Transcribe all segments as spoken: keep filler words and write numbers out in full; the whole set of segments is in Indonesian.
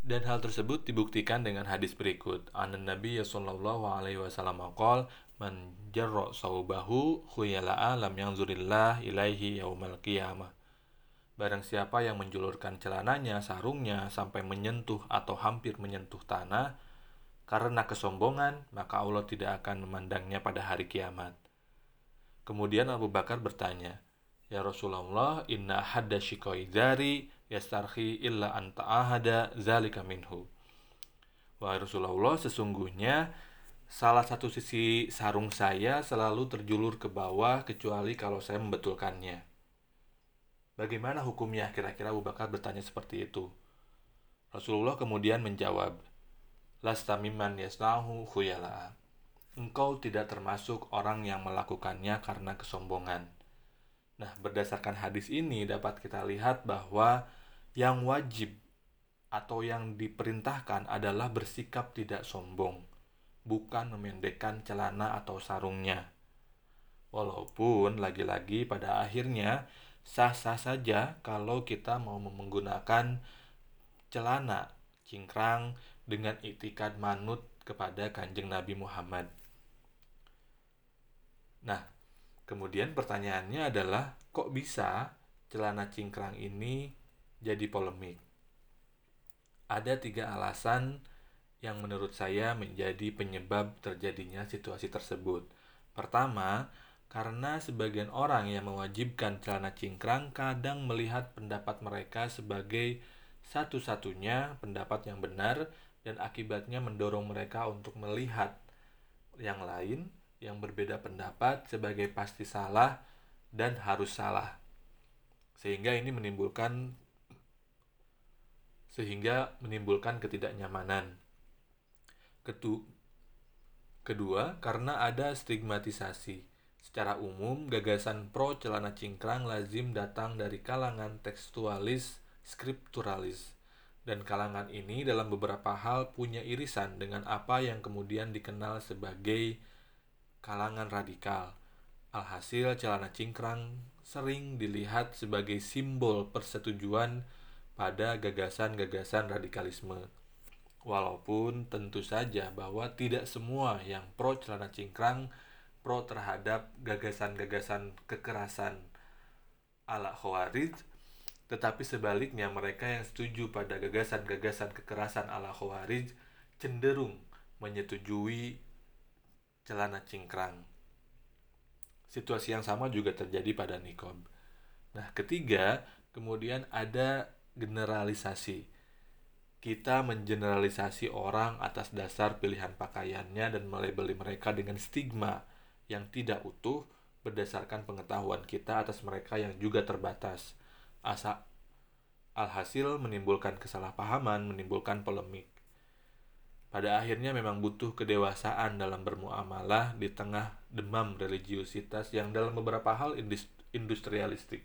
Dan hal tersebut dibuktikan dengan hadis berikut. Anan Nabi sallallahu alaihi wasallam qol man jarra saubahu khuyala'a lam yanzurillah ilaihi yaumal qiyamah. Barang siapa yang menjulurkan celananya, sarungnya sampai menyentuh atau hampir menyentuh tanah karena kesombongan, maka Allah tidak akan memandangnya pada hari kiamat. Kemudian Abu Bakar bertanya, "Ya Rasulullah, inna hadda syikoidari yastarhi illa anta ahada zalika minhu." Wahai Rasulullah, sesungguhnya salah satu sisi sarung saya selalu terjulur ke bawah kecuali kalau saya membetulkannya. Bagaimana hukumnya? Kira-kira Abu Bakar bertanya seperti itu. Rasulullah kemudian menjawab, "Lasta mimman yasnahu khuyala." Engkau tidak termasuk orang yang melakukannya karena kesombongan. Nah, berdasarkan hadis ini dapat kita lihat bahwa yang wajib atau yang diperintahkan adalah bersikap tidak sombong, bukan memendekkan celana atau sarungnya. Walaupun lagi-lagi pada akhirnya sah-sah saja kalau kita mau menggunakan celana cingkrang dengan itikad manut kepada Kanjeng Nabi Muhammad. Nah, kemudian pertanyaannya adalah, kok bisa celana cingkrang ini jadi polemik? Ada tiga alasan yang menurut saya menjadi penyebab terjadinya situasi tersebut. Pertama, karena sebagian orang yang mewajibkan celana cingkrang kadang melihat pendapat mereka sebagai satu-satunya pendapat yang benar dan akibatnya mendorong mereka untuk melihat yang lain yang berbeda pendapat sebagai pasti salah dan harus salah. Sehingga ini menimbulkan sehingga menimbulkan ketidaknyamanan. Kedua, karena ada stigmatisasi. Secara umum, gagasan pro celana cingkrang lazim datang dari kalangan tekstualis, skripturalis. Dan kalangan ini dalam beberapa hal punya irisan dengan apa yang kemudian dikenal sebagai kalangan radikal. Alhasil, celana cingkrang sering dilihat sebagai simbol persetujuan pada gagasan-gagasan radikalisme. Walaupun tentu saja bahwa tidak semua yang pro celana cingkrang pro terhadap gagasan-gagasan kekerasan ala Khawarij, tetapi sebaliknya mereka yang setuju pada gagasan-gagasan kekerasan ala Khawarij cenderung menyetujui celana cingkrang. Situasi yang sama juga terjadi pada niqab. Nah, ketiga, kemudian ada generalisasi. Kita mengeneralisasi orang atas dasar pilihan pakaiannya dan melabeli mereka dengan stigma yang tidak utuh berdasarkan pengetahuan kita atas mereka yang juga terbatas. Asa alhasil menimbulkan kesalahpahaman, menimbulkan polemik. Pada akhirnya memang butuh kedewasaan dalam bermuamalah di tengah demam religiusitas yang dalam beberapa hal industrialistik.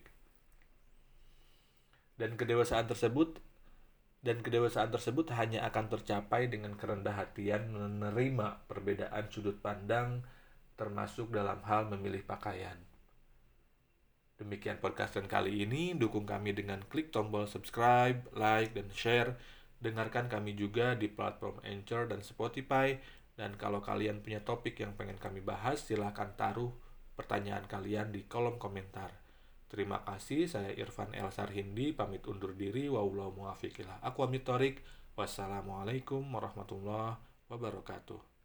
Dan kedewasaan tersebut dan kedewasaan tersebut hanya akan tercapai dengan kerendah hatian menerima perbedaan sudut pandang termasuk dalam hal memilih pakaian. Demikian podcast kali ini. Dukung kami dengan klik tombol subscribe, like, dan share. Dengarkan kami juga di platform Anchor dan Spotify. Dan kalau kalian punya topik yang pengen kami bahas, silakan taruh pertanyaan kalian di kolom komentar. Terima kasih, saya Irfan El Sarhindi, pamit undur diri. Wallahu muwaffiq ila aqwamit thoriq. Wassalamualaikum warahmatullahi wabarakatuh.